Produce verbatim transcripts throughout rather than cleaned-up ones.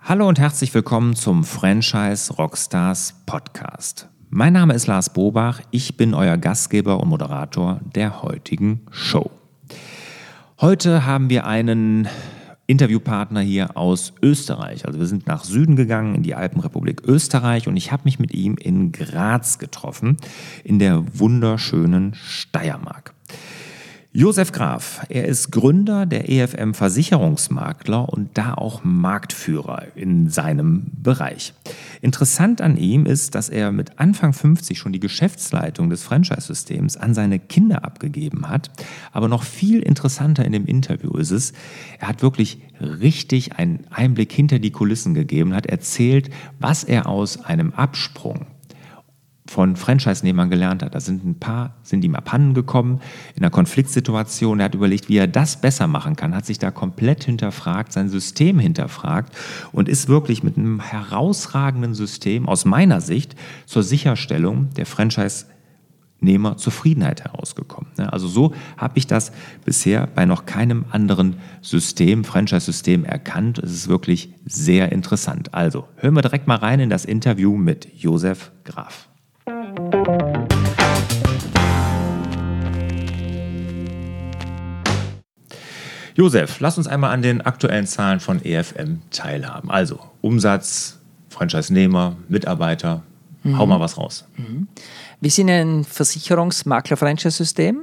Hallo und herzlich willkommen zum Franchise Rockstars Podcast. Mein Name ist Lars Bobach, ich bin euer Gastgeber und Moderator der heutigen Show. Heute haben wir einen Interviewpartner hier aus Österreich. Also wir sind nach Süden gegangen, in die Alpenrepublik Österreich, und ich habe mich mit ihm in Graz getroffen, in der wunderschönen Steiermark. Josef Graf, er ist Gründer der E F M Versicherungsmakler und da auch Marktführer in seinem Bereich. Interessant an ihm ist, dass er mit Anfang fünfzig schon die Geschäftsleitung des Franchise-Systems an seine Kinder abgegeben hat. Aber noch viel interessanter in dem Interview ist es, er hat wirklich richtig einen Einblick hinter die Kulissen gegeben, hat erzählt, was er aus einem Absprung von Franchise-Nehmern gelernt hat. Da sind ein paar, sind ihm abhanden gekommen in einer Konfliktsituation. Er hat überlegt, wie er das besser machen kann, hat sich da komplett hinterfragt, sein System hinterfragt und ist wirklich mit einem herausragenden System aus meiner Sicht zur Sicherstellung der Franchise-Nehmer Zufriedenheit herausgekommen. Also so habe ich das bisher bei noch keinem anderen System, Franchise-System erkannt. Es ist wirklich sehr interessant. Also hören wir direkt mal rein in das Interview mit Josef Graf. Josef, lass uns einmal an den aktuellen Zahlen von E F M teilhaben. Also Umsatz, Franchise-Nehmer, Mitarbeiter, mhm. hau mal was raus. Mhm. Wir sind ein Versicherungsmakler-Franchise-System.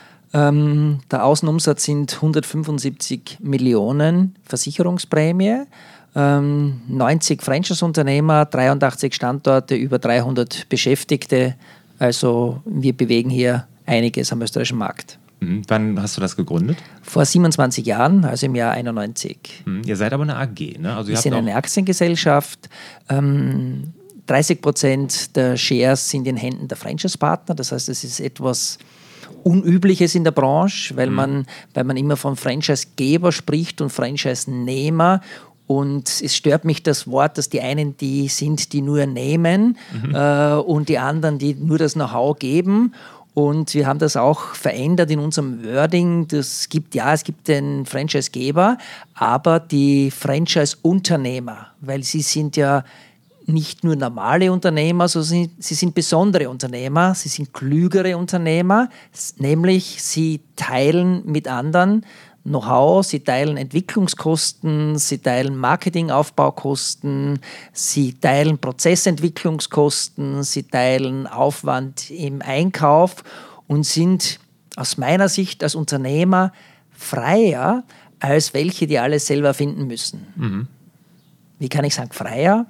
Ähm, der Außenumsatz sind hundertfünfundsiebzig Millionen Versicherungsprämie. Ähm, neunzig Franchise-Unternehmer, dreiundachtzig Standorte, über dreihundert Beschäftigte. Also wir bewegen hier einiges am österreichischen Markt. Mhm. Wann hast du das gegründet? Vor siebenundzwanzig Jahren, also im Jahr einundneunzig. Mhm. Ihr seid aber eine A G, ne? Also ihr wir habt sind eine Aktiengesellschaft. Ähm, dreißig Prozent der Shares sind in Händen der Franchise-Partner. Das heißt, es ist etwas Unübliches in der Branche, weil, mhm. man, weil man immer von Franchise-Geber spricht und Franchise-Nehmer. Und es stört mich das Wort, dass die einen die sind, die nur nehmen mhm. äh, und die anderen, die nur das Know-how geben. Und wir haben das auch verändert in unserem Wording. Das gibt, ja, es gibt den Franchise-Geber, aber die Franchise-Unternehmer, weil sie sind ja nicht nur normale Unternehmer, sondern sie sind besondere Unternehmer, sie sind klügere Unternehmer, nämlich sie teilen mit anderen Know-how, sie teilen Entwicklungskosten, sie teilen Marketingaufbaukosten, sie teilen Prozessentwicklungskosten, sie teilen Aufwand im Einkauf und sind aus meiner Sicht als Unternehmer freier als welche, die alles selber finden müssen. Mhm. Wie kann ich sagen freier?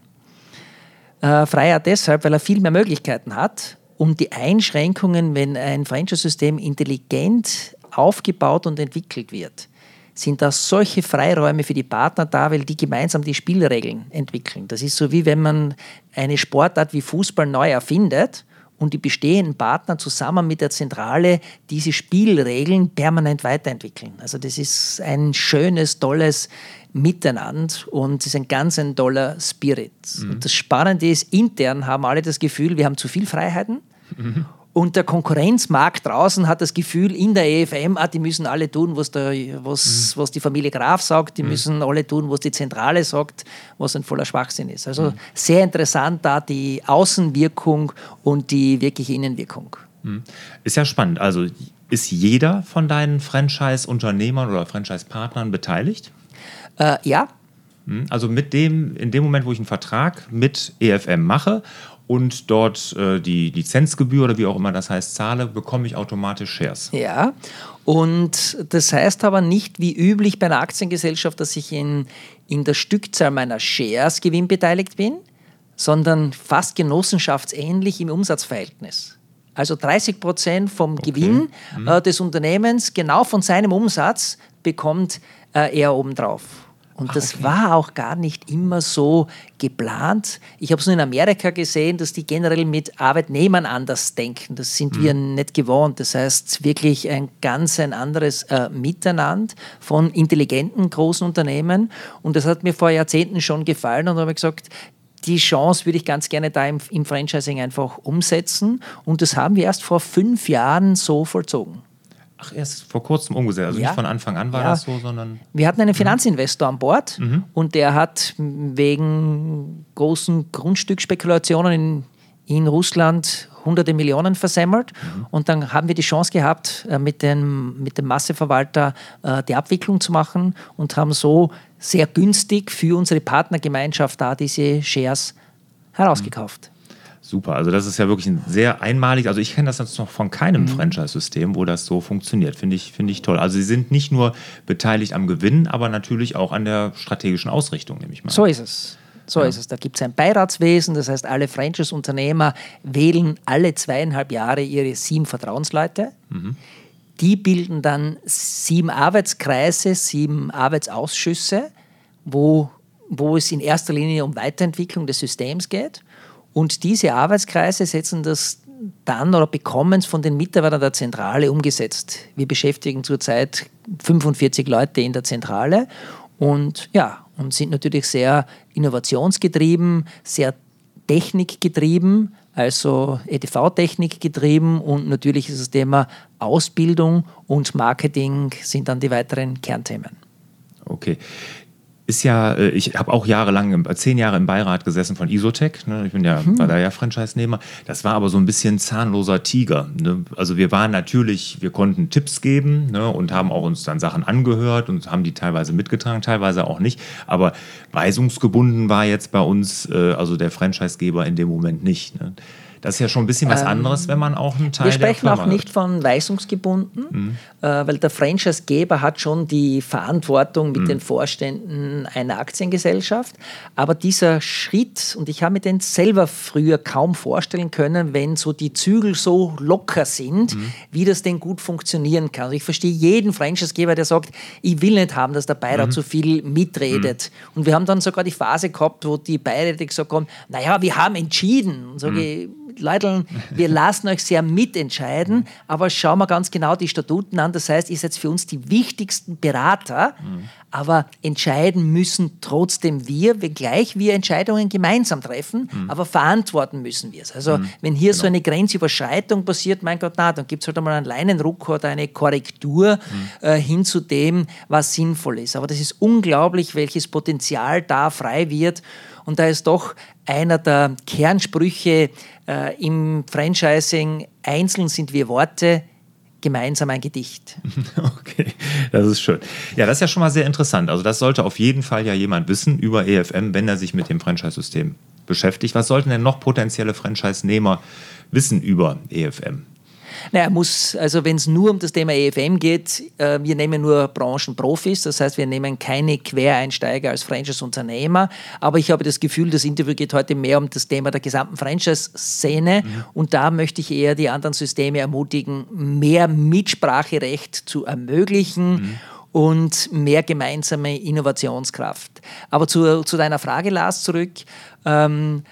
Äh, freier deshalb, weil er viel mehr Möglichkeiten hat und die Einschränkungen, wenn ein Franchise-System intelligent aufgebaut und entwickelt wird, sind da solche Freiräume für die Partner da, weil die gemeinsam die Spielregeln entwickeln. Das ist so, wie wenn man eine Sportart wie Fußball neu erfindet und die bestehenden Partner zusammen mit der Zentrale diese Spielregeln permanent weiterentwickeln. Also das ist ein schönes, tolles Miteinander und es ist ein ganz ein toller Spirit. Mhm. Und das Spannende ist, intern haben alle das Gefühl, wir haben zu viel Freiheiten. Mhm. Und der Konkurrenzmarkt draußen hat das Gefühl, in der E F M, ah, die müssen alle tun, was, der, was, mhm. was die Familie Graf sagt, die mhm. müssen alle tun, was die Zentrale sagt, was ein voller Schwachsinn ist. Also mhm. sehr interessant da die Außenwirkung und die wirkliche Innenwirkung. Mhm. Ist ja spannend. Also ist jeder von deinen Franchise-Unternehmern oder Franchise-Partnern beteiligt? Äh, ja. Also mit dem, in dem Moment, wo ich einen Vertrag mit E F M mache und dort äh, die Lizenzgebühr oder wie auch immer das heißt zahle, bekomme ich automatisch Shares. Ja, und das heißt aber nicht wie üblich bei einer Aktiengesellschaft, dass ich in, in der Stückzahl meiner Shares gewinnbeteiligt bin, sondern fast genossenschaftsähnlich im Umsatzverhältnis. Also dreißig Prozent vom okay. Gewinn mhm. äh, des Unternehmens, genau von seinem Umsatz, bekommt äh, er obendrauf. Und Ach, das okay. war auch gar nicht immer so geplant. Ich habe es nur in Amerika gesehen, dass die generell mit Arbeitnehmern anders denken. Das sind mhm. wir nicht gewohnt. Das heißt wirklich ein ganz ein anderes äh, Miteinander von intelligenten großen Unternehmen. Und das hat mir vor Jahrzehnten schon gefallen. Und da habe ich gesagt, die Chance würde ich ganz gerne da im, im Franchising einfach umsetzen. Und das haben wir erst vor fünf Jahren so vollzogen. Ach, erst vor kurzem umgesetzt. Also ja. nicht von Anfang an war ja. das so, sondern... Wir hatten einen Finanzinvestor mhm. an Bord mhm. und der hat wegen großen Grundstückspekulationen in, in Russland hunderte Millionen versemmelt. Mhm. Und dann haben wir die Chance gehabt, mit dem, mit dem Masseverwalter äh, die Abwicklung zu machen und haben so sehr günstig für unsere Partnergemeinschaft da diese Shares herausgekauft. Mhm. Super, also das ist ja wirklich ein sehr einmalig, also ich kenne das jetzt noch von keinem mhm. Franchise-System, wo das so funktioniert, finde ich, finde ich toll. Also Sie sind nicht nur beteiligt am Gewinn, aber natürlich auch an der strategischen Ausrichtung, nehme ich mal. So ist es. So ja. ist es. Da gibt es ein Beiratswesen, das heißt, alle Franchise-Unternehmer wählen alle zweieinhalb Jahre ihre sieben Vertrauensleute. Mhm. Die bilden dann sieben Arbeitskreise, sieben Arbeitsausschüsse, wo, wo es in erster Linie um Weiterentwicklung des Systems geht. Und diese Arbeitskreise setzen das dann oder bekommen es von den Mitarbeitern der Zentrale umgesetzt. Wir beschäftigen zurzeit fünfundvierzig Leute in der Zentrale und, ja, und sind natürlich sehr innovationsgetrieben, sehr technikgetrieben, also E D V-Technik getrieben und natürlich ist das Thema Ausbildung und Marketing sind dann die weiteren Kernthemen. Okay. Ist ja, ich habe auch jahrelang, zehn Jahre im Beirat gesessen von Isotec. Ne? Ich bin ja, hm. war da ja Franchise-Nehmer. Das war aber so ein bisschen zahnloser Tiger. Ne? Also wir waren natürlich, wir konnten Tipps geben, ne? Und haben auch uns dann Sachen angehört und haben die teilweise mitgetragen, teilweise auch nicht. Aber weisungsgebunden war jetzt bei uns, äh, also der Franchise-Geber in dem Moment nicht. Ne? Das ist ja schon ein bisschen was anderes, ähm, wenn man auch einen Teil der Firma hat. Wir sprechen auch nicht von weisungsgebunden, mhm. äh, weil der Franchise-Geber hat schon die Verantwortung mit mhm. den Vorständen einer Aktiengesellschaft. Aber dieser Schritt, und ich habe mir den selber früher kaum vorstellen können, wenn so die Zügel so locker sind, mhm. wie das denn gut funktionieren kann. Also ich verstehe jeden Franchise-Geber, der sagt, ich will nicht haben, dass der Beirat mhm. so viel mitredet. Mhm. Und wir haben dann sogar die Phase gehabt, wo die Beiräte gesagt haben, naja, wir haben entschieden. Und sage ich, mhm. Leute, wir lassen euch sehr mitentscheiden, aber schauen wir ganz genau die Statuten an. Das heißt, ihr seid für uns die wichtigsten Berater, mhm. aber entscheiden müssen trotzdem wir, wenngleich wir Entscheidungen gemeinsam treffen, mhm. aber verantworten müssen wir es. Also mhm. wenn hier genau. so eine Grenzüberschreitung passiert, mein Gott, na, dann gibt es halt einmal einen Leinenruck oder eine Korrektur mhm. äh, hin zu dem, was sinnvoll ist. Aber das ist unglaublich, welches Potenzial da frei wird. Und da ist doch einer der Kernsprüche äh, im Franchising, einzeln sind wir Worte, gemeinsam ein Gedicht. Okay, das ist schön. Ja, das ist ja schon mal sehr interessant. Also das sollte auf jeden Fall ja jemand wissen über E F M, wenn er sich mit dem Franchise-System beschäftigt. Was sollten denn noch potenzielle Franchise-Nehmer wissen über E F M? Naja, muss, also wenn es nur um das Thema E F M geht, äh, wir nehmen nur Branchenprofis, das heißt, wir nehmen keine Quereinsteiger als Franchise-Unternehmer, aber ich habe das Gefühl, das Interview geht heute mehr um das Thema der gesamten Franchise-Szene mhm. und da möchte ich eher die anderen Systeme ermutigen, mehr Mitspracherecht zu ermöglichen mhm. und mehr gemeinsame Innovationskraft. Aber zu, zu deiner Frage, Lars, zurück, ähm,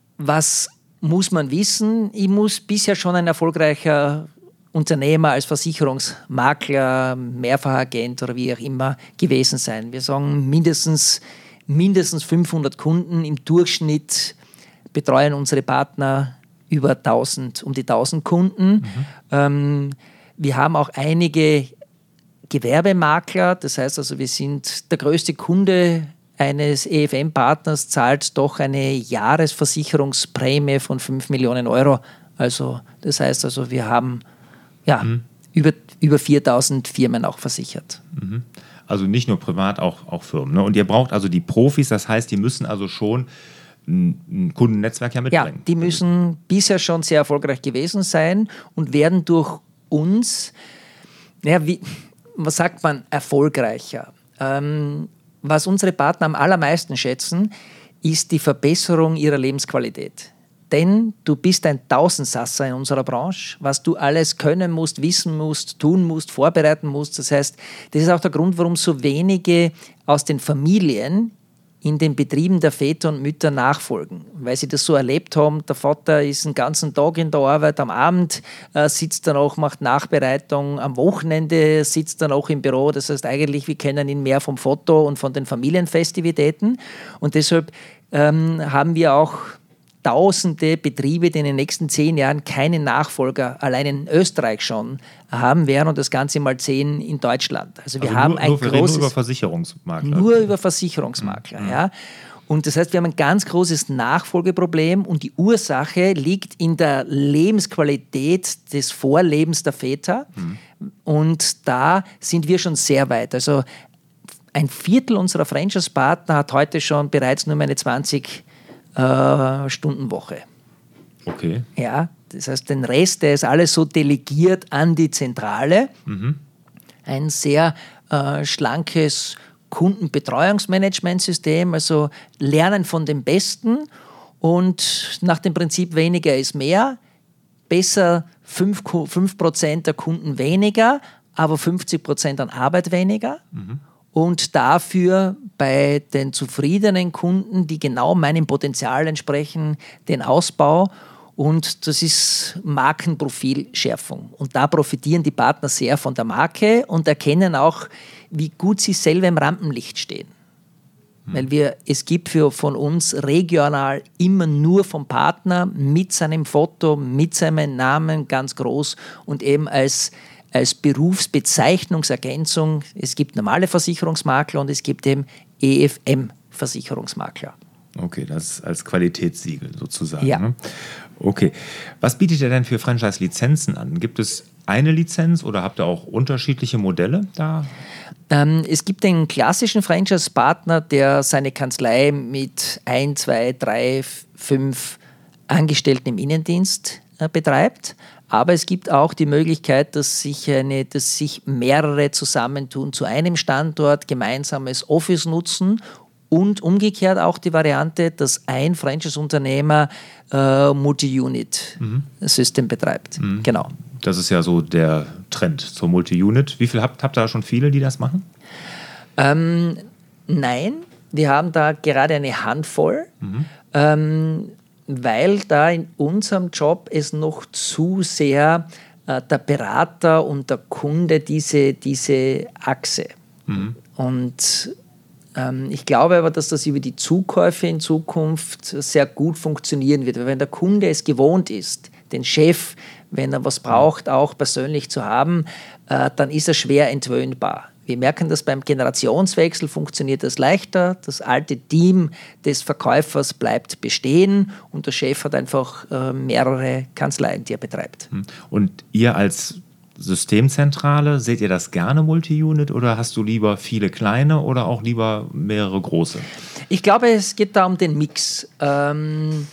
was muss man wissen, ich muss bisher schon ein erfolgreicher Unternehmer als Versicherungsmakler, Mehrfachagent oder wie auch immer gewesen sein. Wir sagen mindestens, mindestens fünfhundert Kunden. Im Durchschnitt betreuen unsere Partner über tausend, um die tausend Kunden. Mhm. Ähm, wir haben auch einige Gewerbemakler, das heißt also, wir sind der größte Kunde eines E F M-Partners, zahlt doch eine Jahresversicherungsprämie von fünf Millionen Euro. Also das heißt also, wir haben ja, mhm. über, über viertausend Firmen auch versichert. Mhm. Also nicht nur privat, auch, auch Firmen. Ne? Und ihr braucht also die Profis, das heißt, die müssen also schon ein Kundennetzwerk ja mitbringen. Ja, die müssen bisher schon sehr erfolgreich gewesen sein und werden durch uns, naja, wie, was sagt man, erfolgreicher. Ähm, Was unsere Partner am allermeisten schätzen, ist die Verbesserung ihrer Lebensqualität. Denn du bist ein Tausendsasser in unserer Branche, was du alles können musst, wissen musst, tun musst, vorbereiten musst. Das heißt, das ist auch der Grund, warum so wenige aus den Familien in den Betrieben der Väter und Mütter nachfolgen, weil sie das so erlebt haben. Der Vater ist den ganzen Tag in der Arbeit, am Abend äh, sitzt er noch, macht Nachbereitung, am Wochenende sitzt er noch im Büro. Das heißt eigentlich, wir kennen ihn mehr vom Foto und von den Familienfestivitäten. Und deshalb ähm, haben wir auch tausende Betriebe, die in den nächsten zehn Jahren keine Nachfolger allein in Österreich schon haben werden und das Ganze mal zehn in Deutschland. Also wir also haben nur, ein nur, großes... Nur über Versicherungsmakler. Nur über Versicherungsmakler, mhm. ja. Und das heißt, wir haben ein ganz großes Nachfolgeproblem und die Ursache liegt in der Lebensqualität des Vorlebens der Väter. Mhm. Und da sind wir schon sehr weit. Also ein Viertel unserer Franchise-Partner hat heute schon bereits nur mehr eine zwanzig-Stunden-Woche. Okay. Ja, das heißt, den Rest, der ist alles so delegiert an die Zentrale. Mhm. Ein sehr äh, schlankes Kundenbetreuungsmanagementsystem, also lernen von dem Besten und nach dem Prinzip weniger ist mehr, besser fünf Prozent der Kunden weniger, aber fünfzig Prozent an Arbeit weniger mhm. und dafür bei den zufriedenen Kunden, die genau meinem Potenzial entsprechen, den Ausbau. Und das ist Markenprofilschärfung. Und da profitieren die Partner sehr von der Marke und erkennen auch, wie gut sie selber im Rampenlicht stehen. Hm. Weil wir, es gibt für, von uns regional immer nur vom Partner mit seinem Foto, mit seinem Namen ganz groß und eben als, als Berufsbezeichnungsergänzung. Es gibt normale Versicherungsmakler und es gibt eben E F M-Versicherungsmakler. Okay, das als Qualitätssiegel sozusagen. Ja. Ne? Okay. Was bietet ihr denn für Franchise-Lizenzen an? Gibt es eine Lizenz oder habt ihr auch unterschiedliche Modelle da? Ähm, es gibt den klassischen Franchise-Partner, der seine Kanzlei mit ein, zwei, drei, fünf Angestellten im Innendienst äh, betreibt. Aber es gibt auch die Möglichkeit, dass sich, eine, dass sich mehrere zusammentun zu einem Standort, gemeinsames Office nutzen. Und umgekehrt auch die Variante, dass ein Franchise-Unternehmer äh, Multi-Unit-System mhm. betreibt. Mhm. Genau. Das ist ja so der Trend zur Multi-Unit. Wie viel habt, habt ihr da schon viele, die das machen? Ähm, nein, wir haben da gerade eine Handvoll, mhm. ähm, weil da in unserem Job es noch zu sehr äh, der Berater und der Kunde diese, diese Achse. Mhm. Und ich glaube aber, dass das über die Zukäufe in Zukunft sehr gut funktionieren wird. Weil wenn der Kunde es gewohnt ist, den Chef, wenn er was braucht, auch persönlich zu haben, dann ist er schwer entwöhnbar. Wir merken, dass beim Generationswechsel funktioniert das leichter. Das alte Team des Verkäufers bleibt bestehen und der Chef hat einfach mehrere Kanzleien, die er betreibt. Und ihr als Systemzentrale, seht ihr das gerne Multi-Unit oder hast du lieber viele kleine oder auch lieber mehrere große? Ich glaube, es geht da um den Mix. Ähm,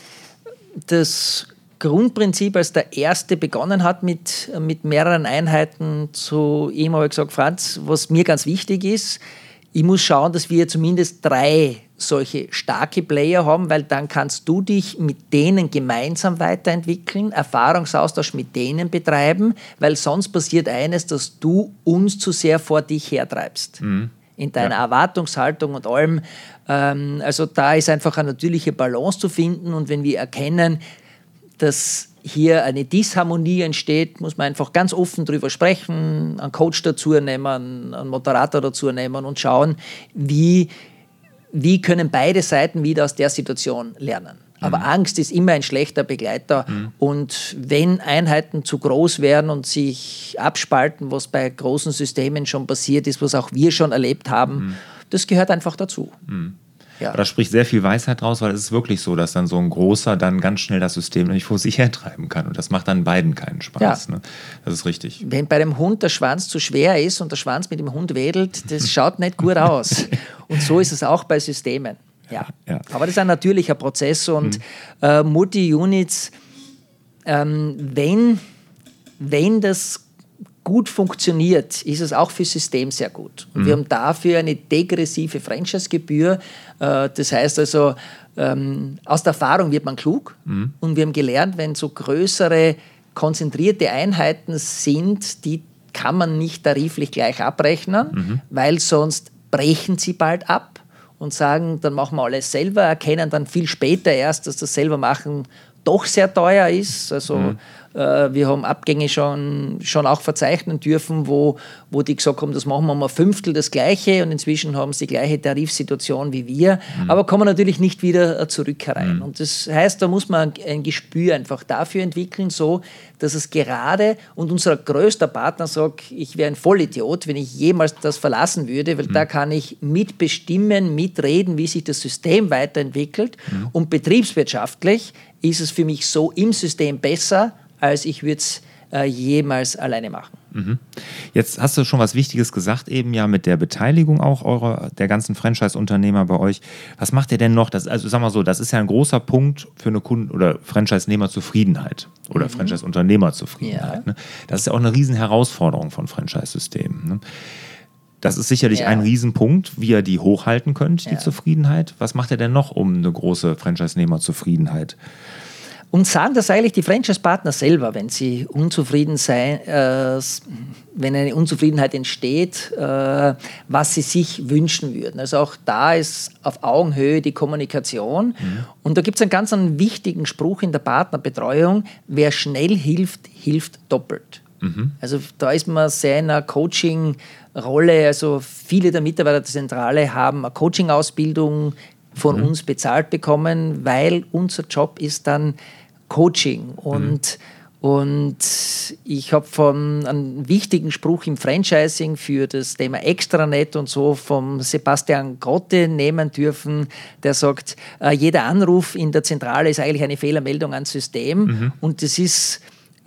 das Grundprinzip, als der Erste begonnen hat mit, mit mehreren Einheiten, zu ihm habe ich gesagt, Franz, was mir ganz wichtig ist, ich muss schauen, dass wir zumindest drei solche starke Player haben, weil dann kannst du dich mit denen gemeinsam weiterentwickeln, Erfahrungsaustausch mit denen betreiben, weil sonst passiert eines, dass du uns zu sehr vor dich hertreibst. Mhm. In deiner ja. Erwartungshaltung und allem. Ähm, also da ist einfach eine natürliche Balance zu finden und wenn wir erkennen, dass hier eine Disharmonie entsteht, muss man einfach ganz offen drüber sprechen, einen Coach dazu nehmen, einen Moderator dazu nehmen und schauen, wie Wie können beide Seiten wieder aus der Situation lernen? Aber mhm. Angst ist immer ein schlechter Begleiter. Mhm. Und wenn Einheiten zu groß werden und sich abspalten, was bei großen Systemen schon passiert ist, was auch wir schon erlebt haben, mhm. das gehört einfach dazu. Mhm. Ja. Da spricht sehr viel Weisheit draus, weil es ist wirklich so, dass dann so ein Großer dann ganz schnell das System nämlich vor sich hertreiben kann. Und das macht dann beiden keinen Spaß. Ja. Ne? Das ist richtig. Wenn bei dem Hund der Schwanz zu schwer ist und der Schwanz mit dem Hund wedelt, das schaut nicht gut aus. Und so ist es auch bei Systemen. Ja. Ja. Aber das ist ein natürlicher Prozess. Und mhm. äh, Multi-Units, ähm, wenn, wenn das gut funktioniert, ist es auch für System sehr gut. Und mhm. wir haben dafür eine degressive Franchise-Gebühr. Äh, das heißt also, ähm, aus der Erfahrung wird man klug. Mhm. Und wir haben gelernt, wenn so größere, konzentrierte Einheiten sind, die kann man nicht tariflich gleich abrechnen, mhm. weil sonst brechen sie bald ab und sagen, dann machen wir alles selber, erkennen dann viel später erst, dass das selber machen doch sehr teuer ist. Also mhm. Äh, wir haben Abgänge schon, schon auch verzeichnen dürfen, wo, wo die gesagt haben, das machen wir mal Fünftel das Gleiche und inzwischen haben sie die gleiche Tarifsituation wie wir, mhm. aber kommen natürlich nicht wieder zurück herein. Mhm. Und das heißt, da muss man ein Gespür einfach dafür entwickeln, so, dass es gerade, und unser größter Partner sagt, ich wäre ein Vollidiot, wenn ich jemals das verlassen würde, weil mhm. da kann ich mitbestimmen, mitreden, wie sich das System weiterentwickelt. Mhm. Und betriebswirtschaftlich ist es für mich so im System besser, als ich würde es äh, jemals alleine machen. Mhm. Jetzt hast du schon was Wichtiges gesagt, eben ja mit der Beteiligung auch eurer, der ganzen Franchise-Unternehmer bei euch. Was macht ihr denn noch? Das, also sag mal so, das ist ja ein großer Punkt für eine Kunden- oder Franchise-Nehmer-Zufriedenheit oder mhm. Franchise-Unternehmer-Zufriedenheit. Ja. Ne? Das ist ja auch eine riesen Herausforderung von Franchise-Systemen. Ne? Das ist sicherlich ja. ein Riesenpunkt, wie ihr die hochhalten könnt, die ja. Zufriedenheit. Was macht ihr denn noch um eine große Franchise-Nehmer-Zufriedenheit? Und sagen das eigentlich die Franchise-Partner selber, wenn sie unzufrieden sein, äh, wenn eine Unzufriedenheit entsteht, äh, was sie sich wünschen würden. Also auch da ist auf Augenhöhe die Kommunikation. Mhm. Und da gibt es einen ganz einen wichtigen Spruch in der Partnerbetreuung: Wer schnell hilft, hilft doppelt. Mhm. Also da ist man sehr in einer Coaching-Rolle. Also viele der Mitarbeiter der Zentrale haben eine Coaching-Ausbildung von mhm. uns bezahlt bekommen, weil unser Job ist dann Coaching. Und, mhm. und ich habe von einem wichtigen Spruch im Franchising für das Thema Extranet und so vom Sebastian Grotte nehmen dürfen, der sagt, äh, jeder Anruf in der Zentrale ist eigentlich eine Fehlermeldung ans System. Mhm. Und das ist,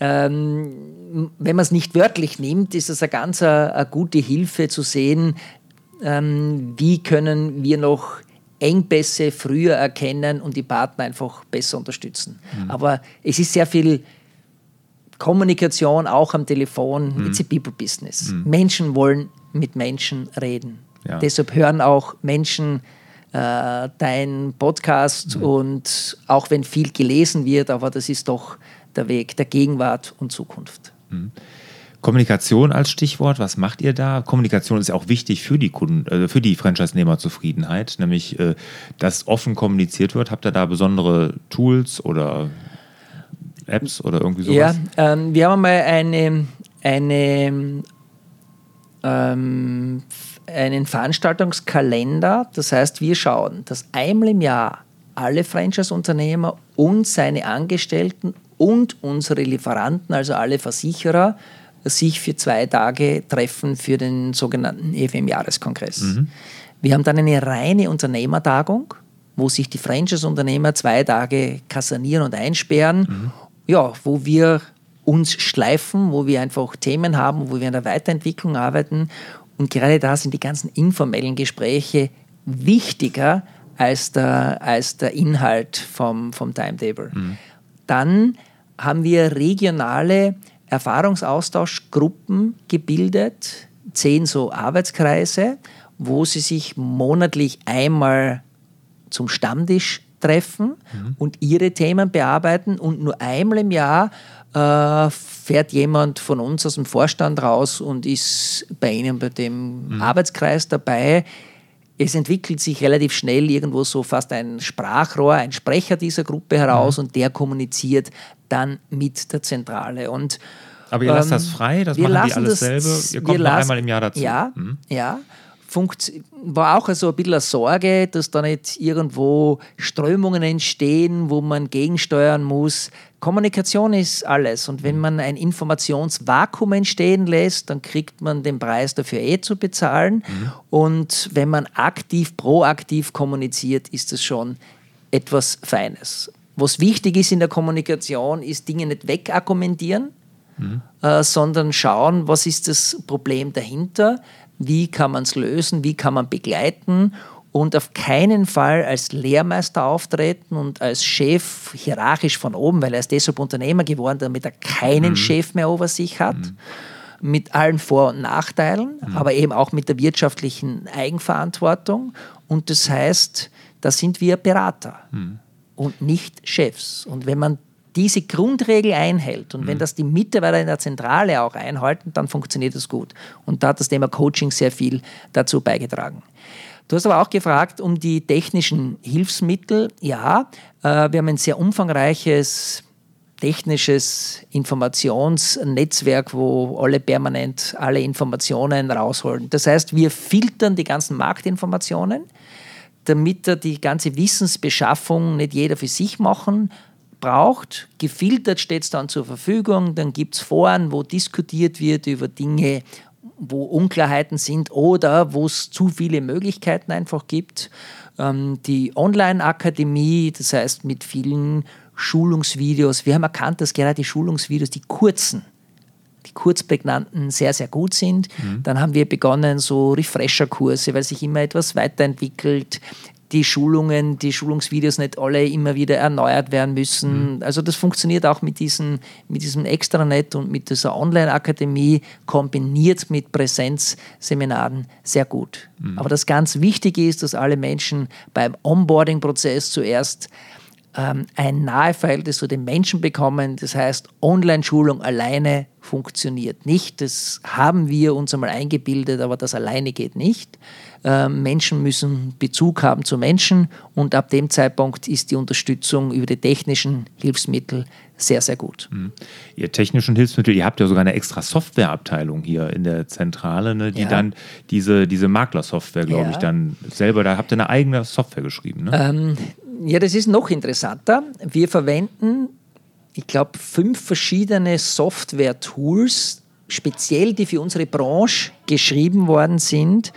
ähm, wenn man es nicht wörtlich nimmt, ist es eine ganz eine, eine gute Hilfe zu sehen, ähm, wie können wir noch Engpässe früher erkennen und die Partner einfach besser unterstützen. Mhm. Aber es ist sehr viel Kommunikation, auch am Telefon. Mhm. It's a people business. Mhm. Menschen wollen mit Menschen reden. Ja. Deshalb hören auch Menschen äh, deinen Podcast mhm. und auch wenn viel gelesen wird, aber das ist doch der Weg der Gegenwart und Zukunft. Mhm. Kommunikation als Stichwort, was macht ihr da? Kommunikation ist ja auch wichtig für die Kunden, äh, für die Franchise-Nehmer-Zufriedenheit, nämlich, äh, dass offen kommuniziert wird. Habt ihr da besondere Tools oder Apps oder irgendwie sowas? Ja, ähm, wir haben mal eine, eine, ähm, einen Veranstaltungskalender. Das heißt, wir schauen, dass einmal im Jahr alle Franchise-Unternehmer und seine Angestellten und unsere Lieferanten, also alle Versicherer, sich für zwei Tage treffen für den sogenannten E F M-Jahreskongress. Mhm. Wir haben dann eine reine Unternehmertagung, wo sich die Franchise-Unternehmer zwei Tage kasernieren und einsperren, mhm. ja, wo wir uns schleifen, wo wir einfach Themen haben, wo wir an der Weiterentwicklung arbeiten. Und gerade da sind die ganzen informellen Gespräche wichtiger als der, als der Inhalt vom, vom Timetable. Mhm. Dann haben wir regionale Erfahrungsaustauschgruppen gebildet, zehn so Arbeitskreise, wo sie sich monatlich einmal zum Stammtisch treffen mhm. und ihre Themen bearbeiten. Und nur einmal im Jahr äh, fährt jemand von uns aus dem Vorstand raus und ist bei ihnen bei dem mhm. Arbeitskreis dabei. Es entwickelt sich relativ schnell irgendwo so fast ein Sprachrohr, ein Sprecher dieser Gruppe heraus mhm. und der kommuniziert dann mit der Zentrale. Und, aber ihr lasst ähm, das frei? Das machen die alles das, selber? Ihr kommt nur einmal im Jahr dazu? Ja, mhm. ja. Funkt, war auch so ein bisschen eine Sorge, dass da nicht irgendwo Strömungen entstehen, wo man gegensteuern muss. Kommunikation ist alles. Und wenn man ein Informationsvakuum entstehen lässt, dann kriegt man den Preis dafür eh zu bezahlen. Mhm. Und wenn man aktiv, proaktiv kommuniziert, ist das schon etwas Feines. Was wichtig ist in der Kommunikation, ist Dinge nicht wegargumentieren, mhm. äh, sondern schauen, was ist das Problem dahinter, wie kann man es lösen, wie kann man begleiten und auf keinen Fall als Lehrmeister auftreten und als Chef hierarchisch von oben, weil er ist deshalb Unternehmer geworden, damit er keinen mhm. Chef mehr über sich hat, mhm. mit allen Vor- und Nachteilen, mhm. aber eben auch mit der wirtschaftlichen Eigenverantwortung. Und das heißt, da sind wir Berater mhm. und nicht Chefs. Und wenn man diese Grundregel einhält und mhm. wenn das die Mitarbeiter in der Zentrale auch einhalten, dann funktioniert das gut. Und da hat das Thema Coaching sehr viel dazu beigetragen. Du hast aber auch gefragt um die technischen Hilfsmittel. Ja, äh, wir haben ein sehr umfangreiches technisches Informationsnetzwerk, wo alle permanent alle Informationen rausholen. Das heißt, wir filtern die ganzen Marktinformationen, damit er die ganze Wissensbeschaffung nicht jeder für sich machen braucht. Gefiltert steht es dann zur Verfügung, dann gibt es Foren, wo diskutiert wird über Dinge, wo Unklarheiten sind oder wo es zu viele Möglichkeiten einfach gibt. Ähm, die Online-Akademie, das heißt mit vielen Schulungsvideos. Wir haben erkannt, dass gerade die Schulungsvideos, die kurzen, die kurzprägnanten sehr, sehr gut sind. Mhm. Dann haben wir begonnen, so Refresher-Kurse, weil sich immer etwas weiterentwickelt. Die Schulungen, die Schulungsvideos nicht alle immer wieder erneuert werden müssen. Mhm. Also das funktioniert auch mit, diesen, mit diesem Extranet und mit dieser Online-Akademie kombiniert mit Präsenzseminaren sehr gut. Mhm. Aber das ganz Wichtige ist, dass alle Menschen beim Onboarding-Prozess zuerst ähm, ein Naheverhältnis zu den Menschen bekommen. Das heißt, Online-Schulung alleine funktioniert nicht. Das haben wir uns einmal eingebildet, aber das alleine geht nicht. Ähm, Menschen müssen Bezug haben zu Menschen und ab dem Zeitpunkt ist die Unterstützung über die technischen Hilfsmittel sehr, sehr gut. Mhm. Ihr technischen Hilfsmittel, ihr habt ja sogar eine extra Softwareabteilung hier in der Zentrale, ne, die ja. dann diese, diese Maklersoftware, glaube ja. ich, dann selber, da habt ihr eine eigene Software geschrieben. Ne? Ähm, ja, das ist noch interessanter. Wir verwenden, ich glaube, fünf verschiedene Software-Tools, speziell die für unsere Branche geschrieben worden sind,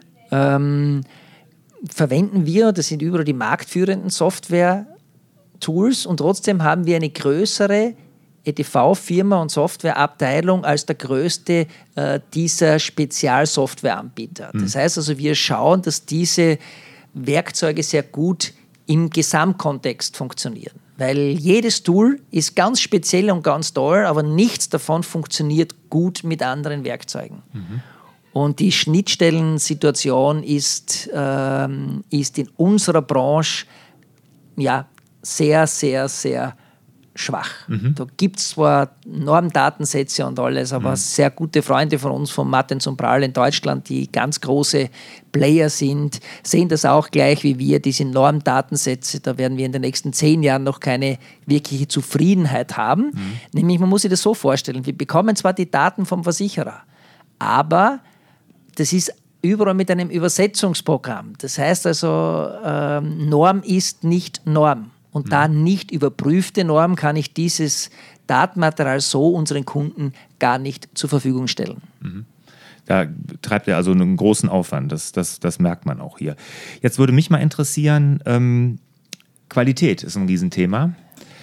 ähm, verwenden wir, das sind überall die marktführenden Software-Tools und trotzdem haben wir eine größere E D V-Firma und Softwareabteilung als der größte äh, dieser Spezialsoftwareanbieter. Mhm. Das heißt also, wir schauen, dass diese Werkzeuge sehr gut im Gesamtkontext funktionieren. Weil jedes Tool ist ganz speziell und ganz toll, aber nichts davon funktioniert gut mit anderen Werkzeugen. Mhm. Und die Schnittstellensituation ist, ähm, ist in unserer Branche ja, sehr, sehr, sehr schwach. Mhm. Da gibt es zwar Normdatensätze und alles, aber mhm. sehr gute Freunde von uns, von Martens und Prahl in Deutschland, die ganz große Player sind, sehen das auch gleich wie wir, diese Normdatensätze, da werden wir in den nächsten zehn Jahren noch keine wirkliche Zufriedenheit haben. Mhm. Nämlich, man muss sich das so vorstellen, wir bekommen zwar die Daten vom Versicherer, aber das ist überall mit einem Übersetzungsprogramm. Das heißt also, ähm, Norm ist nicht Norm. Und mhm. da nicht überprüfte Norm kann ich dieses Datenmaterial so unseren Kunden gar nicht zur Verfügung stellen. Mhm. Da treibt er also einen großen Aufwand, das, das, das merkt man auch hier. Jetzt würde mich mal interessieren, ähm, Qualität ist ein Riesenthema.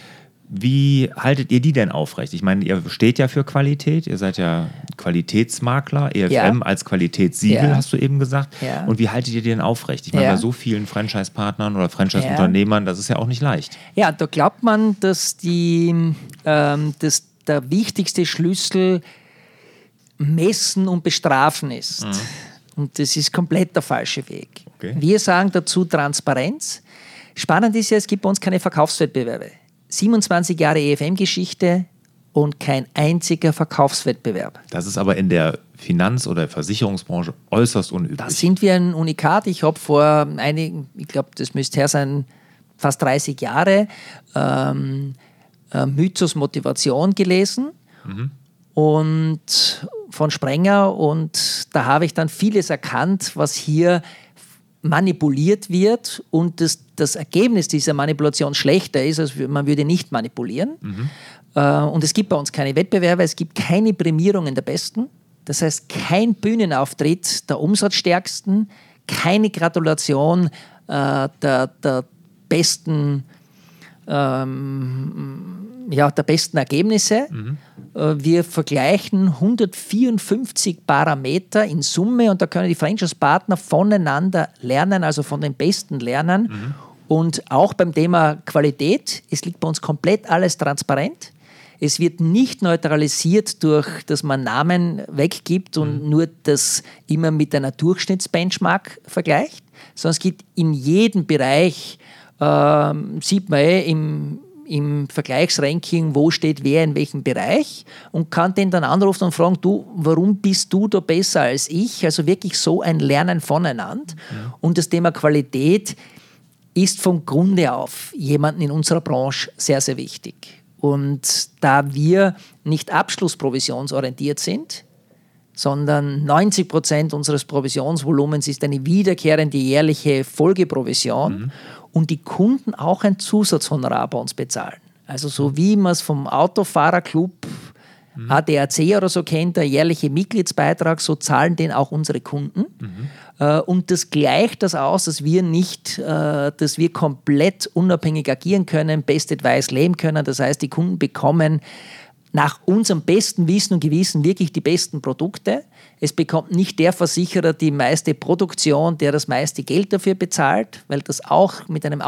Wie haltet ihr die denn aufrecht? Ich meine, ihr steht ja für Qualität, ihr seid ja Qualitätsmakler, E F M ja. als Qualitätssiegel, ja. hast du eben gesagt. Ja. Und wie haltet ihr die denn aufrecht? Ich meine, ja. bei so vielen Franchise-Partnern oder Franchise-Unternehmern, das ist ja auch nicht leicht. Ja, da glaubt man, dass, die, ähm, dass der wichtigste Schlüssel Messen und Bestrafen ist. Mhm. Und das ist komplett der falsche Weg. Okay. Wir sagen dazu Transparenz. Spannend ist ja, es gibt bei uns keine Verkaufswettbewerbe. siebenundzwanzig Jahre E F M-Geschichte und kein einziger Verkaufswettbewerb. Das ist aber in der Finanz- oder Versicherungsbranche äußerst unüblich. Da sind wir ein Unikat. Ich habe vor einigen, ich glaube, das müsste her sein, fast dreißig Jahre, ähm, äh, Mythos Motivation gelesen mhm. und von Sprenger, und da habe ich dann vieles erkannt, was hier manipuliert wird und das, das Ergebnis dieser Manipulation schlechter ist, als man würde nicht manipulieren. Mhm. Äh, und es gibt bei uns keine Wettbewerbe, es gibt keine Prämierungen der Besten. Das heißt, kein Bühnenauftritt der Umsatzstärksten, keine Gratulation äh, der, der besten ähm, ja, der besten Ergebnisse. Mhm. Wir vergleichen hundertvierundfünfzig Parameter in Summe und da können die Franchise-Partner voneinander lernen, also von den Besten lernen. Mhm. Und auch beim Thema Qualität, es liegt bei uns komplett alles transparent. Es wird nicht neutralisiert durch, dass man Namen weggibt und mhm. nur das immer mit einer Durchschnittsbenchmark vergleicht, sondern es gibt in jedem Bereich, äh, sieht man eh im im Vergleichsranking, wo steht wer in welchem Bereich, und kann den dann anrufen und fragen, du, warum bist du da besser als ich? Also wirklich so ein Lernen voneinander. Ja. Und das Thema Qualität ist vom Grunde auf jemanden in unserer Branche sehr, sehr wichtig. Und da wir nicht abschlussprovisionsorientiert sind, sondern neunzig Prozent unseres Provisionsvolumens ist eine wiederkehrende jährliche Folgeprovision mhm. und die Kunden auch ein Zusatzhonorar bei uns bezahlen. Also so wie man es vom Autofahrerclub mhm. A D A C oder so kennt, der jährliche Mitgliedsbeitrag, so zahlen den auch unsere Kunden. Mhm. Äh, und das gleicht das aus, dass wir nicht, äh, dass wir komplett unabhängig agieren können, Best Advice leben können. Das heißt, die Kunden bekommen nach unserem besten Wissen und Gewissen wirklich die besten Produkte. Es bekommt nicht der Versicherer die meiste Produktion, der das meiste Geld dafür bezahlt, weil das auch mit einem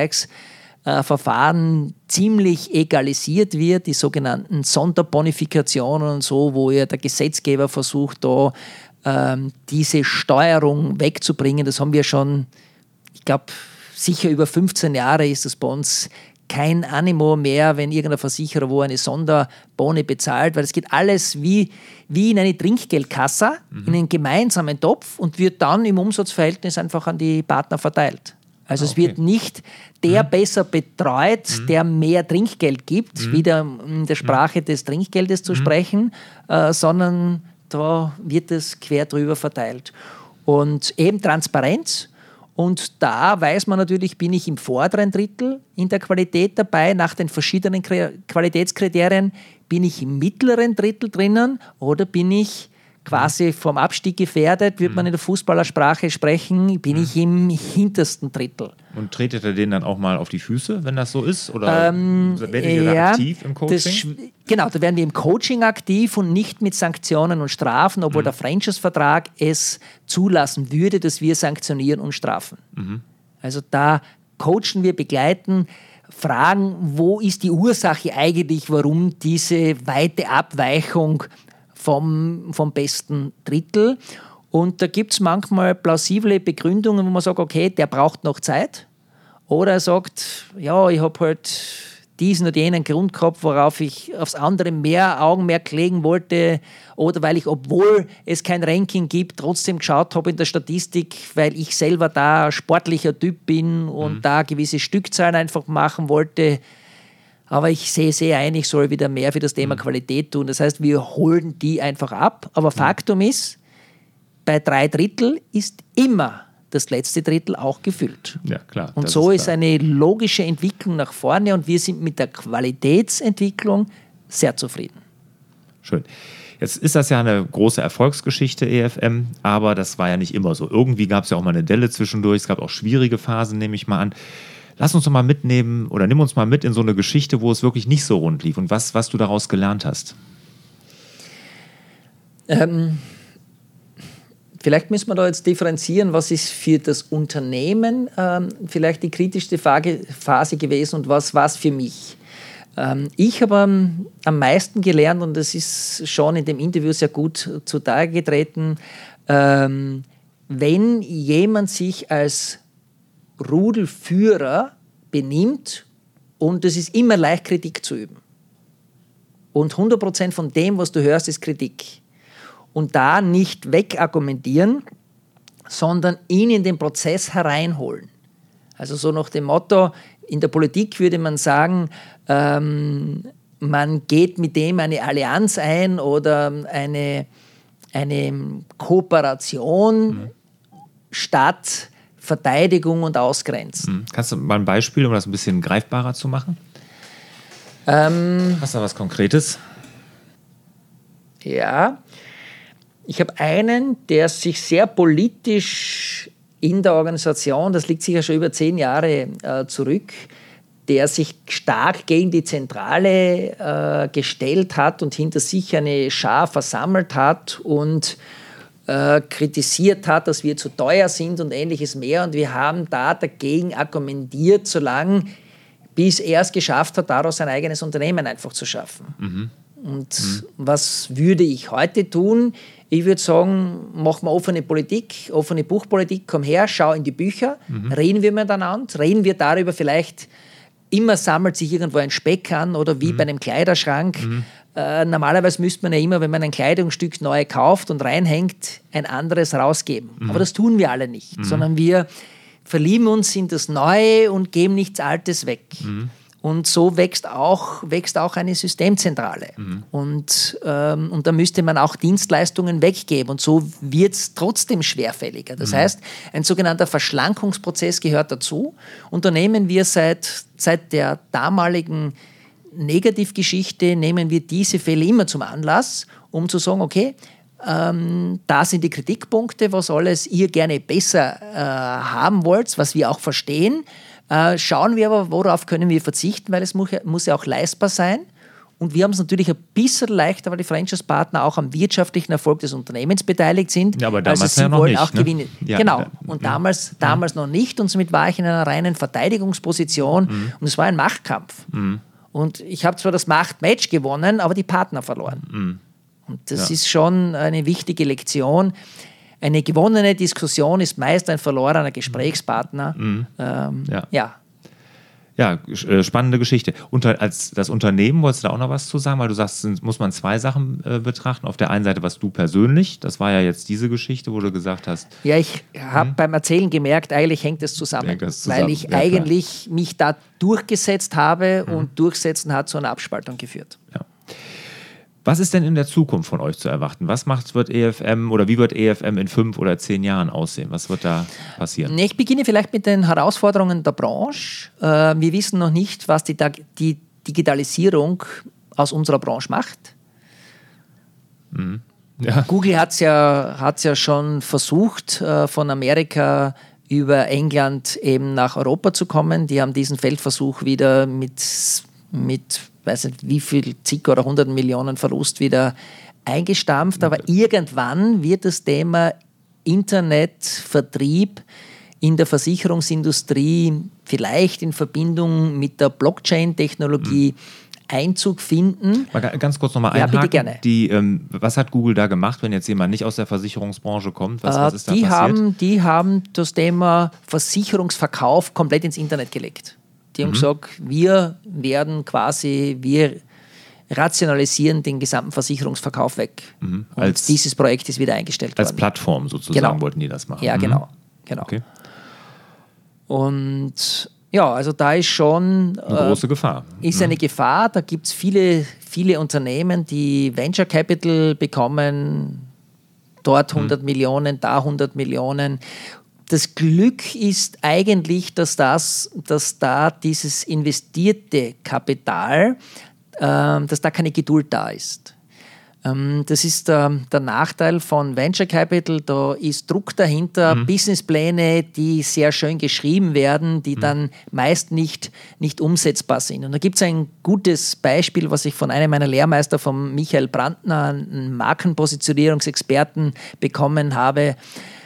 Ausgleichsverfahren ziemlich egalisiert wird, die sogenannten Sonderbonifikationen und so, wo ja der Gesetzgeber versucht, da ähm, diese Steuerung wegzubringen. Das haben wir schon, ich glaube, sicher über fünfzehn Jahre ist das bei uns kein Animo mehr, wenn irgendein Versicherer wo eine Sonderboni bezahlt, weil es geht alles wie, wie in eine Trinkgeldkasse, mhm. in einen gemeinsamen Topf und wird dann im Umsatzverhältnis einfach an die Partner verteilt. Also okay. es wird nicht der mhm. besser betreut, mhm. der mehr Trinkgeld gibt, mhm. wieder in der Sprache mhm. des Trinkgeldes zu mhm. sprechen, äh, sondern da wird es quer drüber verteilt. Und eben Transparenz. Und da weiß man natürlich, bin ich im vorderen Drittel in der Qualität dabei, nach den verschiedenen Qualitätskriterien, bin ich im mittleren Drittel drinnen oder bin ich quasi vom Abstieg gefährdet, würde man in der Fußballersprache sprechen, bin ich im hintersten Drittel. Und tretet ihr denen dann auch mal auf die Füße, wenn das so ist? Oder ähm, werdet ihr ja, da aktiv im Coaching? Das, genau, da werden wir im Coaching aktiv und nicht mit Sanktionen und Strafen, obwohl mhm. der Franchise-Vertrag es zulassen würde, dass wir sanktionieren und strafen. Mhm. Also da coachen wir, begleiten, fragen, wo ist die Ursache eigentlich, warum diese weite Abweichung vom, vom besten Drittel. Und da gibt es manchmal plausible Begründungen, wo man sagt, okay, der braucht noch Zeit. Oder er sagt, ja, ich habe halt diesen oder jenen Grund gehabt, worauf ich aufs andere mehr Augenmerk legen wollte. Oder weil ich, obwohl es kein Ranking gibt, trotzdem geschaut habe in der Statistik, weil ich selber da ein sportlicher Typ bin und mhm. da gewisse Stückzahlen einfach machen wollte. Aber ich sehe sehr ein, ich soll wieder mehr für das Thema mhm. Qualität tun. Das heißt, wir holen die einfach ab. Aber Faktum ist, bei drei Drittel ist immer das letzte Drittel auch gefüllt. Ja, klar. Und so ist, ist eine logische Entwicklung nach vorne und wir sind mit der Qualitätsentwicklung sehr zufrieden. Schön. Jetzt ist das ja eine große Erfolgsgeschichte, E F M, aber das war ja nicht immer so. Irgendwie gab es ja auch mal eine Delle zwischendurch, es gab auch schwierige Phasen, nehme ich mal an. Lass uns doch mal mitnehmen oder nimm uns mal mit in so eine Geschichte, wo es wirklich nicht so rund lief und was, was du daraus gelernt hast. Ähm, vielleicht müssen wir da jetzt differenzieren, was ist für das Unternehmen ähm, vielleicht die kritischste Phase gewesen und was war es für mich. Ähm, ich habe am, am meisten gelernt, und das ist schon in dem Interview sehr gut zutage getreten, ähm, wenn jemand sich als Rudelführer benimmt und es ist immer leicht, Kritik zu üben. Und hundert Prozent von dem, was du hörst, ist Kritik. Und da nicht wegargumentieren, sondern ihn in den Prozess hereinholen. Also so nach dem Motto, in der Politik würde man sagen, ähm, man geht mit dem eine Allianz ein oder eine, eine Kooperation mhm. statt Verteidigung und Ausgrenzen. Kannst du mal ein Beispiel, um das ein bisschen greifbarer zu machen? Ähm, Hast du da was Konkretes? Ja, ich habe einen, der sich sehr politisch in der Organisation, das liegt sicher schon über zehn Jahre äh, zurück, der sich stark gegen die Zentrale äh, gestellt hat und hinter sich eine Schar versammelt hat und Äh, kritisiert hat, dass wir zu teuer sind und ähnliches mehr. Und wir haben da dagegen argumentiert, solange bis er es geschafft hat, daraus ein eigenes Unternehmen einfach zu schaffen. Mhm. Und mhm. was würde ich heute tun? Ich würde sagen, machen wir offene Politik, offene Buchpolitik, komm her, schau in die Bücher, mhm. reden wir miteinander, reden wir darüber vielleicht, immer sammelt sich irgendwo ein Speck an oder wie mhm. bei einem Kleiderschrank. Mhm. Äh, normalerweise müsste man ja immer, wenn man ein Kleidungsstück neu kauft und reinhängt, ein anderes rausgeben. Mhm. Aber das tun wir alle nicht, mhm. sondern wir verlieben uns in das Neue und geben nichts Altes weg. Mhm. Und so wächst auch, wächst auch eine Systemzentrale. Mhm. Und, ähm, und da müsste man auch Dienstleistungen weggeben. Und so wird es trotzdem schwerfälliger. Das mhm. heißt, ein sogenannter Verschlankungsprozess gehört dazu. Und da nehmen wir seit, seit der damaligen Negativgeschichte, nehmen wir diese Fälle immer zum Anlass, um zu sagen, okay, ähm, da sind die Kritikpunkte, was alles ihr gerne besser äh, haben wollt, was wir auch verstehen. Äh, schauen wir aber, worauf können wir verzichten, weil es muss ja, muss ja auch leistbar sein. Und wir haben es natürlich ein bisschen leichter, weil die Franchise-Partner auch am wirtschaftlichen Erfolg des Unternehmens beteiligt sind. Ja, aber damals also sie ja noch wollen nicht, auch ne? Gewinne. Ja, genau. ja, und ja. damals, ja. damals noch nicht. Und somit war ich in einer reinen Verteidigungsposition. Mhm. Und es war ein Machtkampf. Mhm. Und ich habe zwar das Machtmatch gewonnen, aber die Partner verloren. Mhm. Und das ja. ist schon eine wichtige Lektion. Eine gewonnene Diskussion ist meist ein verlorener Gesprächspartner. Mhm. Ähm, ja. ja. Ja, spannende Geschichte. Unter, als das Unternehmen, wolltest du da auch noch was zu sagen? Weil du sagst, muss man zwei Sachen äh, betrachten. Auf der einen Seite, was du persönlich, das war ja jetzt diese Geschichte, wo du gesagt hast. Ja, ich habe hm? beim Erzählen gemerkt, eigentlich hängt das zusammen. Hängt das zusammen. Weil ich ja, eigentlich klar. mich da durchgesetzt habe hm. und Durchsetzen hat zu einer Abspaltung geführt. Ja. Was ist denn in der Zukunft von euch zu erwarten? Was macht, wird E F M oder wie wird E F M in fünf oder zehn Jahren aussehen? Was wird da passieren? Ich beginne vielleicht mit den Herausforderungen der Branche. Wir wissen noch nicht, was die, die Digitalisierung aus unserer Branche macht. Mhm. Ja. Google hat es ja, hat's ja schon versucht, von Amerika über England eben nach Europa zu kommen. Die haben diesen Feldversuch wieder mit, mit weiß nicht, wie viel, zig oder hundert Millionen Verlust wieder eingestampft. Aber irgendwann wird das Thema Internetvertrieb in der Versicherungsindustrie vielleicht in Verbindung mit der Blockchain-Technologie mhm. Einzug finden. Mal ganz kurz nochmal einhaken. Ja, bitte gerne. Die, ähm, was hat Google da gemacht, wenn jetzt jemand nicht aus der Versicherungsbranche kommt? Was, äh, was ist da die passiert? Haben, die haben das Thema Versicherungsverkauf komplett ins Internet gelegt. Die haben mhm. gesagt, wir werden quasi, wir rationalisieren den gesamten Versicherungsverkauf weg. Mhm. Als, und dieses Projekt ist wieder eingestellt als worden. Als Plattform sozusagen genau. wollten die das machen. Ja, mhm. genau. genau. Okay. Und ja, also da ist schon... Eine äh, große Gefahr. Ist mhm. eine Gefahr. Da gibt es viele, viele Unternehmen, die Venture Capital bekommen, dort hundert mhm. Millionen, da hundert Millionen. Das Glück ist eigentlich, dass, das, dass da dieses investierte Kapital, äh, dass da keine Geduld da ist. Ähm, das ist äh, der Nachteil von Venture Capital. Da ist Druck dahinter, mhm. Businesspläne, die sehr schön geschrieben werden, die mhm. dann meist nicht, nicht umsetzbar sind. Und da gibt es ein gutes Beispiel, was ich von einem meiner Lehrmeister, von Michael Brandner, einem Markenpositionierungsexperten, bekommen habe.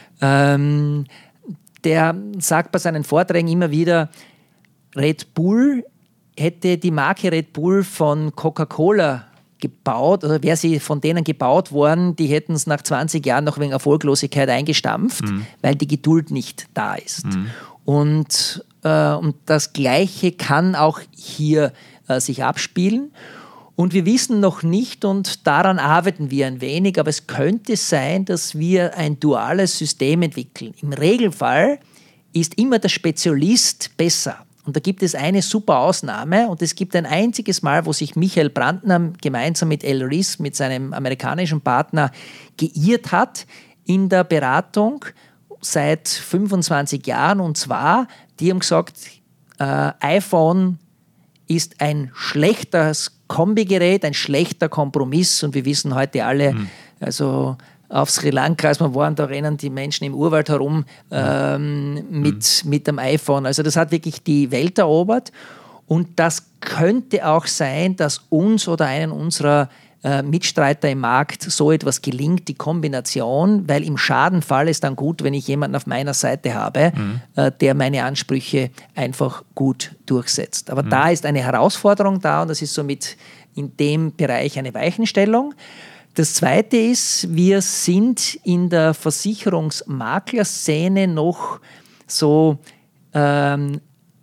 Ähm, Der sagt bei seinen Vorträgen immer wieder, Red Bull hätte die Marke Red Bull von Coca-Cola gebaut, oder wäre sie von denen gebaut worden, die hätten es nach zwanzig Jahren noch wegen Erfolglosigkeit eingestampft, mhm. weil die Geduld nicht da ist. Mhm. Und, äh, und das Gleiche kann auch hier äh, sich abspielen. Und wir wissen noch nicht, und daran arbeiten wir ein wenig, aber es könnte sein, dass wir ein duales System entwickeln. Im Regelfall ist immer der Spezialist besser. Und da gibt es eine super Ausnahme, und es gibt ein einziges Mal, wo sich Michael Brandner gemeinsam mit Al Ries, mit seinem amerikanischen Partner, geirrt hat in der Beratung seit fünfundzwanzig Jahren. Und zwar, die haben gesagt, äh, iPhone ist ein schlechtes Kombigerät, ein schlechter Kompromiss, und wir wissen heute alle, mhm. also auf Sri Lanka, als wir waren, da rennen die Menschen im Urwald herum ähm, mhm. mit, mit dem iPhone. Also das hat wirklich die Welt erobert, und das könnte auch sein, dass uns oder einen unserer äh, Mitstreiter im Markt so etwas gelingt, die Kombination, weil im Schadenfall ist dann gut, wenn ich jemanden auf meiner Seite habe, mhm. äh, der meine Ansprüche einfach gut durchsetzt. Aber mhm. da ist eine Herausforderung da, und das ist somit in dem Bereich eine Weichenstellung. Das Zweite ist, wir sind in der Versicherungsmaklerszene noch so ähm,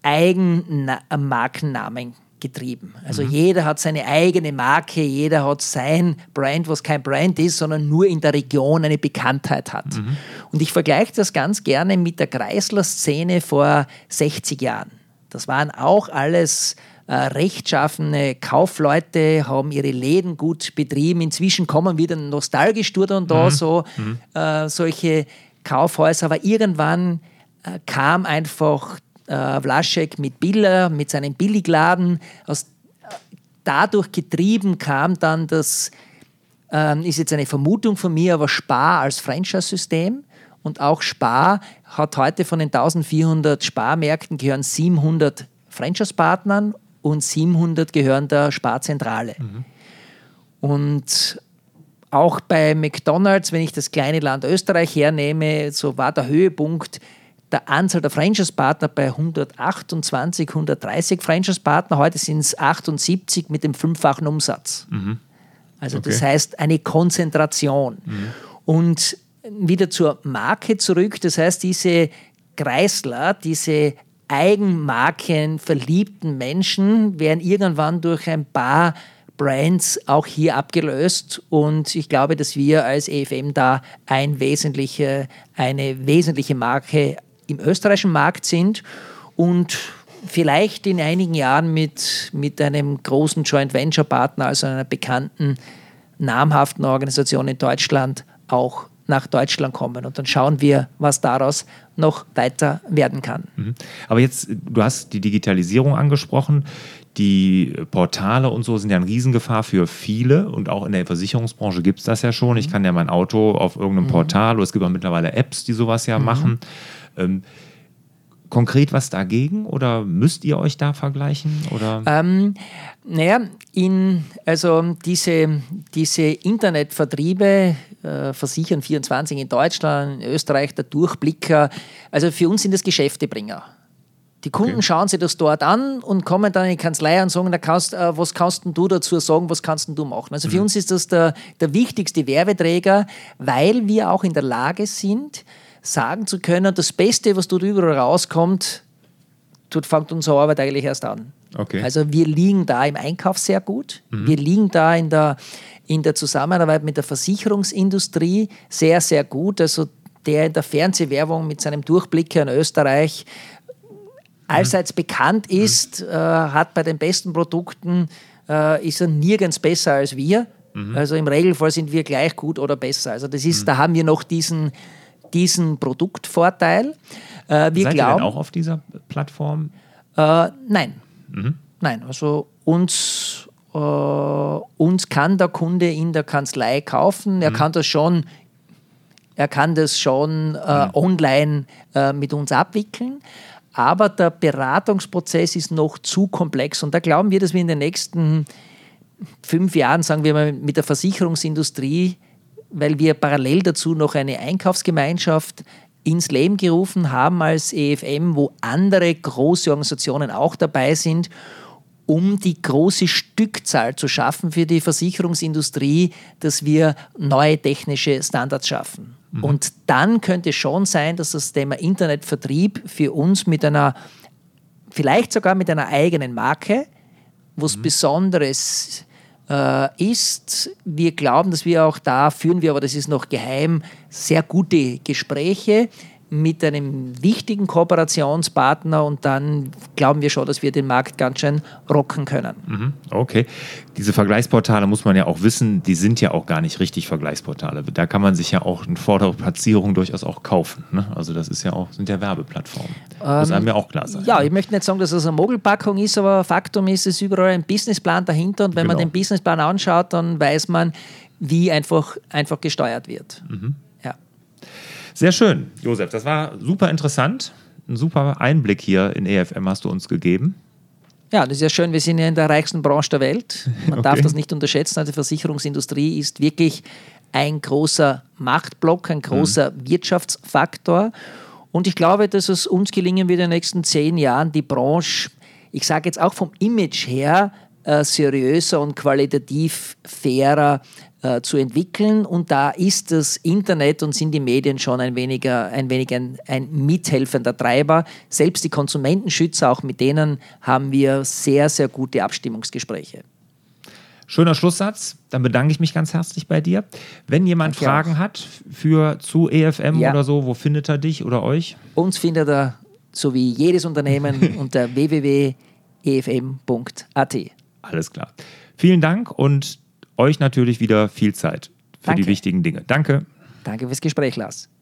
Eigenmarkennamen getrieben. Also mhm. jeder hat seine eigene Marke, jeder hat sein Brand, was kein Brand ist, sondern nur in der Region eine Bekanntheit hat. Mhm. Und ich vergleiche das ganz gerne mit der Chrysler-Szene vor sechzig Jahren. Das waren auch alles äh, rechtschaffene Kaufleute haben ihre Läden gut betrieben. Inzwischen kommen wieder nostalgisch dort und da mhm. so mhm. Äh, solche Kaufhäuser, aber irgendwann äh, kam einfach äh, Vlaschek mit Biller, mit seinem Billigladen. Aus, dadurch getrieben kam dann das, äh, ist jetzt eine Vermutung von mir, aber Spar als Franchise-System. Und auch Spar hat heute von den eintausendvierhundert Sparmärkten gehören siebenhundert Franchise-Partnern und siebenhundert gehören der Sparzentrale. Mhm. Und auch bei McDonald's, wenn ich das kleine Land Österreich hernehme, so war der Höhepunkt der Anzahl der Franchise-Partner bei hundertachtundzwanzig, hundertdreißig Franchise-Partner. Heute sind es achtundsiebzig mit dem fünffachen Umsatz. Mhm. Also okay. Das heißt eine Konzentration. Mhm. Und wieder zur Marke zurück, das heißt diese Kreisler, diese Eigenmarken verliebten Menschen werden irgendwann durch ein paar Brands auch hier abgelöst und ich glaube, dass wir als E F M da ein wesentliche, eine wesentliche Marke im österreichischen Markt sind und vielleicht in einigen Jahren mit, mit einem großen Joint Venture Partner, also einer bekannten, namhaften Organisation in Deutschland auch nach Deutschland kommen. Und dann schauen wir, was daraus noch weiter werden kann. Aber jetzt, du hast die Digitalisierung angesprochen. Die Portale und so sind ja eine Riesengefahr für viele. Und auch in der Versicherungsbranche gibt es das ja schon. Ich kann ja mein Auto auf irgendeinem mhm. Portal, oder es gibt auch mittlerweile Apps, die sowas ja mhm. machen. Ähm, konkret was dagegen oder müsst ihr euch da vergleichen? Oder? Ähm, naja, in, also diese, diese Internetvertriebe, äh, Versichern vierundzwanzig in Deutschland, in Österreich, der Durchblicker, also für uns sind das Geschäftebringer. Die Kunden okay. schauen sich das dort an und kommen dann in die Kanzlei und sagen, da kannst, äh, was kannst du dazu sagen, was kannst du machen? Also für mhm. uns ist das der, der wichtigste Werbeträger, weil wir auch in der Lage sind, sagen zu können, das Beste, was dort überall rauskommt, dort fängt unsere Arbeit eigentlich erst an. Okay. Also wir liegen da im Einkauf sehr gut. Mhm. Wir liegen da in der, in der Zusammenarbeit mit der Versicherungsindustrie sehr, sehr gut. Also der in der Fernsehwerbung mit seinem Durchblicker in Österreich allseits mhm. bekannt ist, mhm. äh, hat bei den besten Produkten, äh, ist er nirgends besser als wir. Mhm. Also im Regelfall sind wir gleich gut oder besser. Also das ist, mhm. da haben wir noch diesen diesen Produktvorteil. Äh, wir Seid glauben, ihr denn auch auf dieser Plattform? Äh, nein. Mhm. Nein, also uns, äh, uns kann der Kunde in der Kanzlei kaufen. Er mhm. kann das schon, er kann das schon äh, mhm. online äh, mit uns abwickeln. Aber der Beratungsprozess ist noch zu komplex. Und da glauben wir, dass wir in den nächsten fünf Jahren, sagen wir mal, mit der Versicherungsindustrie, weil wir parallel dazu noch eine Einkaufsgemeinschaft ins Leben gerufen haben als E F M, wo andere große Organisationen auch dabei sind, um die große Stückzahl zu schaffen für die Versicherungsindustrie, dass wir neue technische Standards schaffen. Mhm. Und dann könnte es schon sein, dass das Thema Internetvertrieb für uns mit einer, vielleicht sogar mit einer eigenen Marke, was mhm. Besonderes ist. Wir glauben, dass wir auch da führen wir, aber das ist noch geheim, sehr gute Gespräche mit einem wichtigen Kooperationspartner und dann glauben wir schon, dass wir den Markt ganz schön rocken können. Mhm, okay. Diese Vergleichsportale muss man ja auch wissen, die sind ja auch gar nicht richtig Vergleichsportale. Da kann man sich ja auch eine vordere Platzierung durchaus auch kaufen. Ne? Also das ist ja auch, sind ja Werbeplattformen. Das muss einem ja auch klar sein. Ja, ich möchte nicht sagen, dass das eine Mogelpackung ist, aber Faktum ist, es ist überall ein Businessplan dahinter und wenn genau. man den Businessplan anschaut, dann weiß man, wie einfach, einfach gesteuert wird. Mhm. Sehr schön, Josef. Das war super interessant. Ein super Einblick hier in E F M hast du uns gegeben. Ja, das ist ja schön. Wir sind ja in der reichsten Branche der Welt. Man okay. darf das nicht unterschätzen. Die Versicherungsindustrie ist wirklich ein großer Machtblock, ein großer mhm. Wirtschaftsfaktor. Und ich glaube, dass es uns gelingen wird in den nächsten zehn Jahren, die Branche, ich sage jetzt auch vom Image her, äh, seriöser und qualitativ fairer äh, zu entwickeln. Und da ist das Internet und sind die Medien schon ein, weniger, ein wenig ein, ein mithelfender Treiber. Selbst die Konsumentenschützer, auch mit denen haben wir sehr, sehr gute Abstimmungsgespräche. Schöner Schlusssatz. Dann bedanke ich mich ganz herzlich bei dir. Wenn jemand Danke Fragen auch. hat für zu E F M ja. oder so, wo findet er dich oder euch? Uns findet er, so wie jedes Unternehmen, unter w w w punkt e f m punkt a t. Alles klar. Vielen Dank und euch natürlich wieder viel Zeit für Danke. die wichtigen Dinge. Danke. Danke fürs Gespräch, Lars.